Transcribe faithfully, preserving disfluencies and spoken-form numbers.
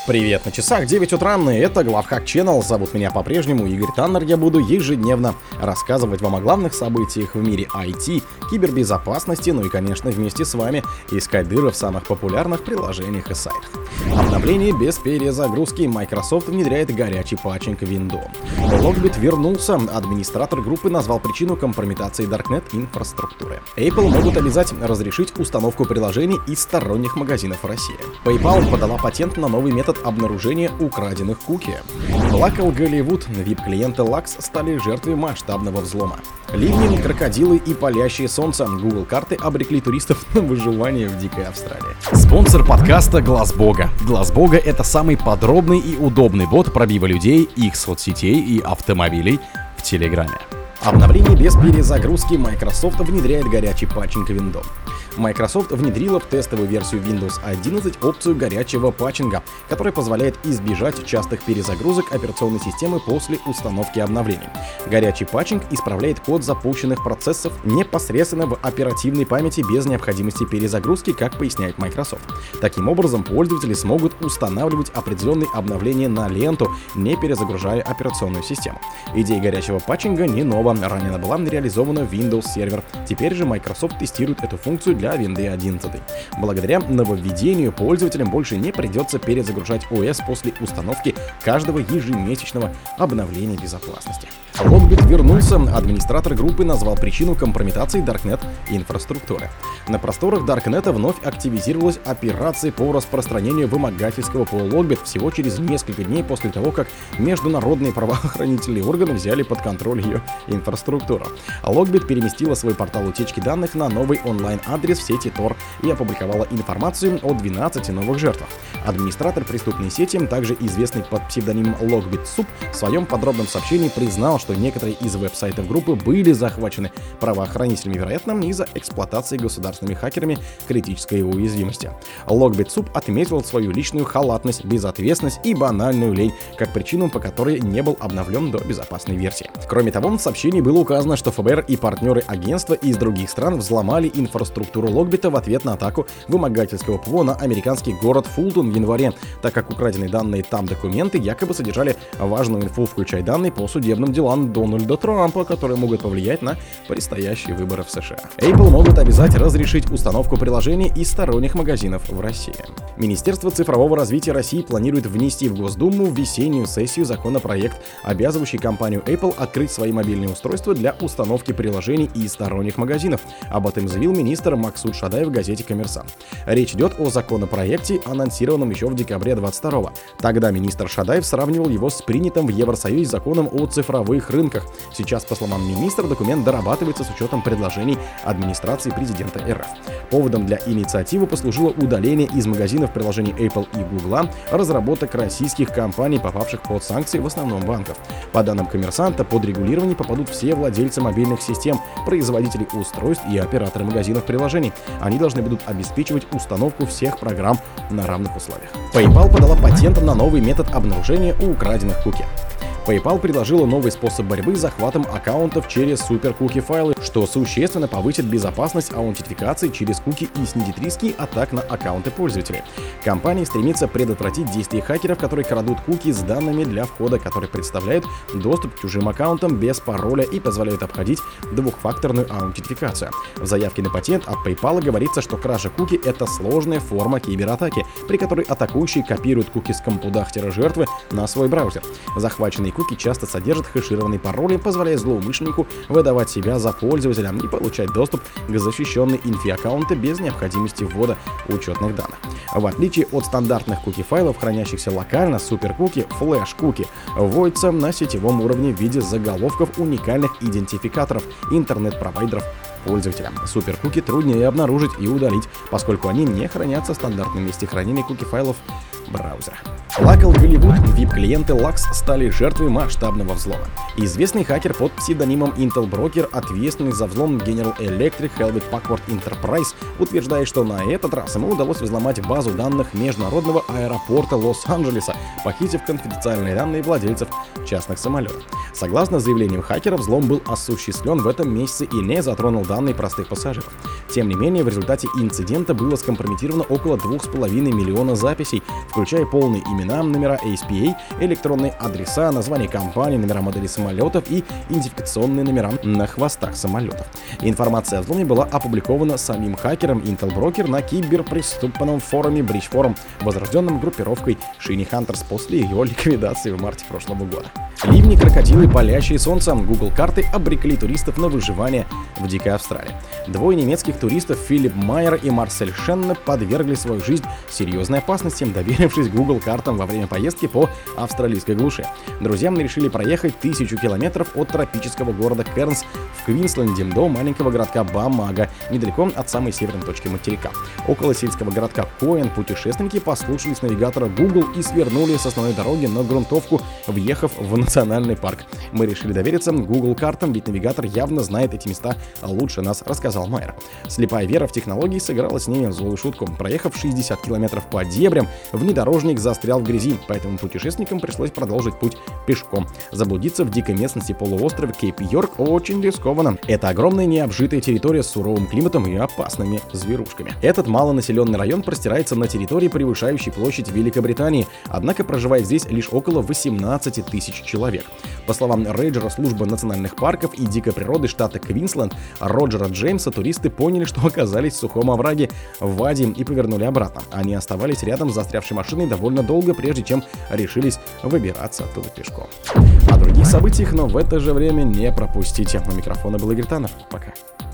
Привет, на часах девять утра, это Главхак Channel, зовут меня по-прежнему Игорь Таннер. Я буду ежедневно рассказывать вам о главных событиях в мире ай ти, кибербезопасности, ну и, конечно, вместе с вами искать дыры в самых популярных приложениях и сайтах. Обновление без перезагрузки. Microsoft внедряет горячий патчинг Windows. Logbit вернулся, администратор группы назвал причину компрометации Darknet инфраструктуры. Apple могут обязать разрешить установку приложений из сторонних магазинов в России. PayPal подала патент на новый метод обнаружения украденных куки. Плакал Голливуд, ви ай пи-клиенты Lux стали жертвой масштабного взлома. Ливни, крокодилы и палящее солнце. Google карты обрекли туристов на выживание в дикой Австралии. Спонсор подкаста Глаз Бога. Глаз Бога — это самый подробный и удобный бот пробива людей, их соцсетей и автомобилей в Телеграме. Обновление без перезагрузки. Microsoft внедряет горячий патчинг Windows. Microsoft внедрила в тестовую версию Windows одиннадцать опцию горячего патчинга, которая позволяет избежать частых перезагрузок операционной системы после установки обновлений. Горячий патчинг исправляет код запущенных процессов непосредственно в оперативной памяти без необходимости перезагрузки, как поясняет Microsoft. Таким образом, пользователи смогут устанавливать определенные обновления на ленту, не перезагружая операционную систему. Идея горячего патчинга не нова, ранее она была реализована в Windows Server. Теперь же Microsoft тестирует эту функцию для Windows одиннадцать. Благодаря нововведению пользователям больше не придется перезагружать о эс после установки каждого ежемесячного обновления безопасности. Logbit вернулся, администратор группы назвал причину компрометации Darknet инфраструктуры. На просторах Darknet вновь активизировалась операция по распространению вымогательского ПО Logbit всего через несколько дней после того, как международные правоохранительные органы взяли под контроль ее инфраструктуру. Logbit переместила свой портал утечки данных на новый онлайн-адрес в сети Tor и опубликовала информацию о двенадцати новых жертвах. Администратор преступной сети, также известный под псевдонимом LogBitSoup, в своем подробном сообщении признал, что некоторые из веб-сайтов группы были захвачены правоохранителями, вероятно, из-за эксплуатации государственными хакерами критической уязвимости. LogBitSoup отметил свою личную халатность, безответственность и банальную лень как причину, по которой не был обновлен до безопасной версии. Кроме того, в сообщении было указано, что эф бэ эр и партнеры агентства из других стран взломали инфраструктуру Logbit в ответ на атаку вымогательского ПО на американский город Фултон в январе, так как украденные данные там документы якобы содержали важную инфу, включая данные по судебным делам Дональда Трампа, которые могут повлиять на предстоящие выборы в США. Apple могут обязать разрешить установку приложений из сторонних магазинов в России. Министерство цифрового развития России планирует внести в Госдуму в весеннюю сессию законопроект, обязывающий компанию Apple открыть свои мобильные устройства для установки приложений из сторонних магазинов. Об этом заявил министр Максут Шадаев в газете «Коммерсант». Речь идет о законопроекте, анонсированном еще в декабре двадцать второго. Тогда министр Шадаев сравнивал его с принятым в Евросоюзе законом о цифровых рынках. Сейчас, по словам министра, документ дорабатывается с учетом предложений администрации президента эр эф. Поводом для инициативы послужило удаление из магазинов приложений Apple и Google разработок российских компаний, попавших под санкции, в основном банков. По данным «Коммерсанта», под регулирование попадут все владельцы мобильных систем, производители устройств и операторы магазинов приложений. Они должны будут обеспечивать установку всех программ на равных условиях. PayPal подала патент на новый метод обнаружения у украденных куки. PayPal предложила новый способ борьбы с захватом аккаунтов через суперкуки файлы, что существенно повысит безопасность аутентификации через куки и снизит риски атак на аккаунты пользователей. Компания стремится предотвратить действия хакеров, которые крадут куки с данными для входа, которые представляют доступ к чужим аккаунтам без пароля и позволяют обходить двухфакторную аутентификацию. В заявке на патент от PayPal говорится, что кража куки — это сложная форма кибератаки, при которой атакующие копируют куки с компудахтера жертвы на свой браузер. Захваченные куки часто содержат хэшированные пароли, позволяя злоумышленнику выдавать себя за пользователя и получать доступ к защищенной инфе аккаунта без необходимости ввода учетных данных. В отличие от стандартных куки-файлов, хранящихся локально, суперкуки, флеш-куки вводятся на сетевом уровне в виде заголовков уникальных идентификаторов интернет-провайдеров пользователя. Суперкуки труднее обнаружить и удалить, поскольку они не хранятся в стандартном месте хранения куки-файлов браузера. Плакал Голливуд, ви ай пи-клиенты Lux стали жертвой масштабного взлома. Известный хакер под псевдонимом Intel Broker, ответственный за взлом General Electric Hewlett Packard Enterprise, утверждает, что на этот раз ему удалось взломать базу данных международного аэропорта Лос-Анджелеса, похитив конфиденциальные данные владельцев частных самолетов. Согласно заявлениям хакера, взлом был осуществлен в этом месяце и не затронул данные простых пассажиров. Тем не менее, в результате инцидента было скомпрометировано около двух с половиной миллиона записей, включая полные имена, номера эй эс пи эй, электронные адреса, названия компаний, номера моделей самолетов и идентификационные номера на хвостах самолетов. Информация о взломе была опубликована самим хакером Intel Broker на киберпреступном форуме Breach Forum, возрожденном группировкой Shiny Hunters после ее ликвидации в марте прошлого года. Ливни, крокодилы, палящие солнцем, Google карты обрекли туристов на выживание в дикой Австралии. Двое немецких туристов Филипп Майер и Марсель Шенне подвергли свою жизнь серьезной опасности, доверившись Google картам во время поездки по австралийской глуши. Друзья решили проехать тысячу километров от тропического города Кернс в Квинсленде до маленького городка Бамага, недалеко от самой северной точки материка. Около сельского городка Коэн путешественники послушались навигатора Google и свернули с основной дороги на грунтовку, въехав в национальный парк. Мы решили довериться Google картам, ведь навигатор явно знает эти места лучше нас, рассказал Майер. Слепая вера в технологии сыграла с ними злую шутку. Проехав шестьдесят километров по дебрям, внедорожник застрял в грязи, поэтому путешественникам пришлось продолжить путь пешком. Заблудиться в дикой местности полуострова Кейп-Йорк очень рискованно. Это огромная необжитая территория с суровым климатом и опасными зверушками. Этот малонаселенный район простирается на территории, превышающей площадь Великобритании, однако проживает здесь лишь около восемнадцати тысяч человек. По словам рейнджера службы национальных парков и дикой природы штата Квинсленд Роджера Джеймса, туристы поняли, что оказались в сухом овраге в воде и повернули обратно. Они оставались рядом с застрявшей машиной довольно долго, прежде чем решились выбираться оттуда пешком. О других событиях, но в это же время не пропустите. У микрофона был Игорь Таннер. Пока.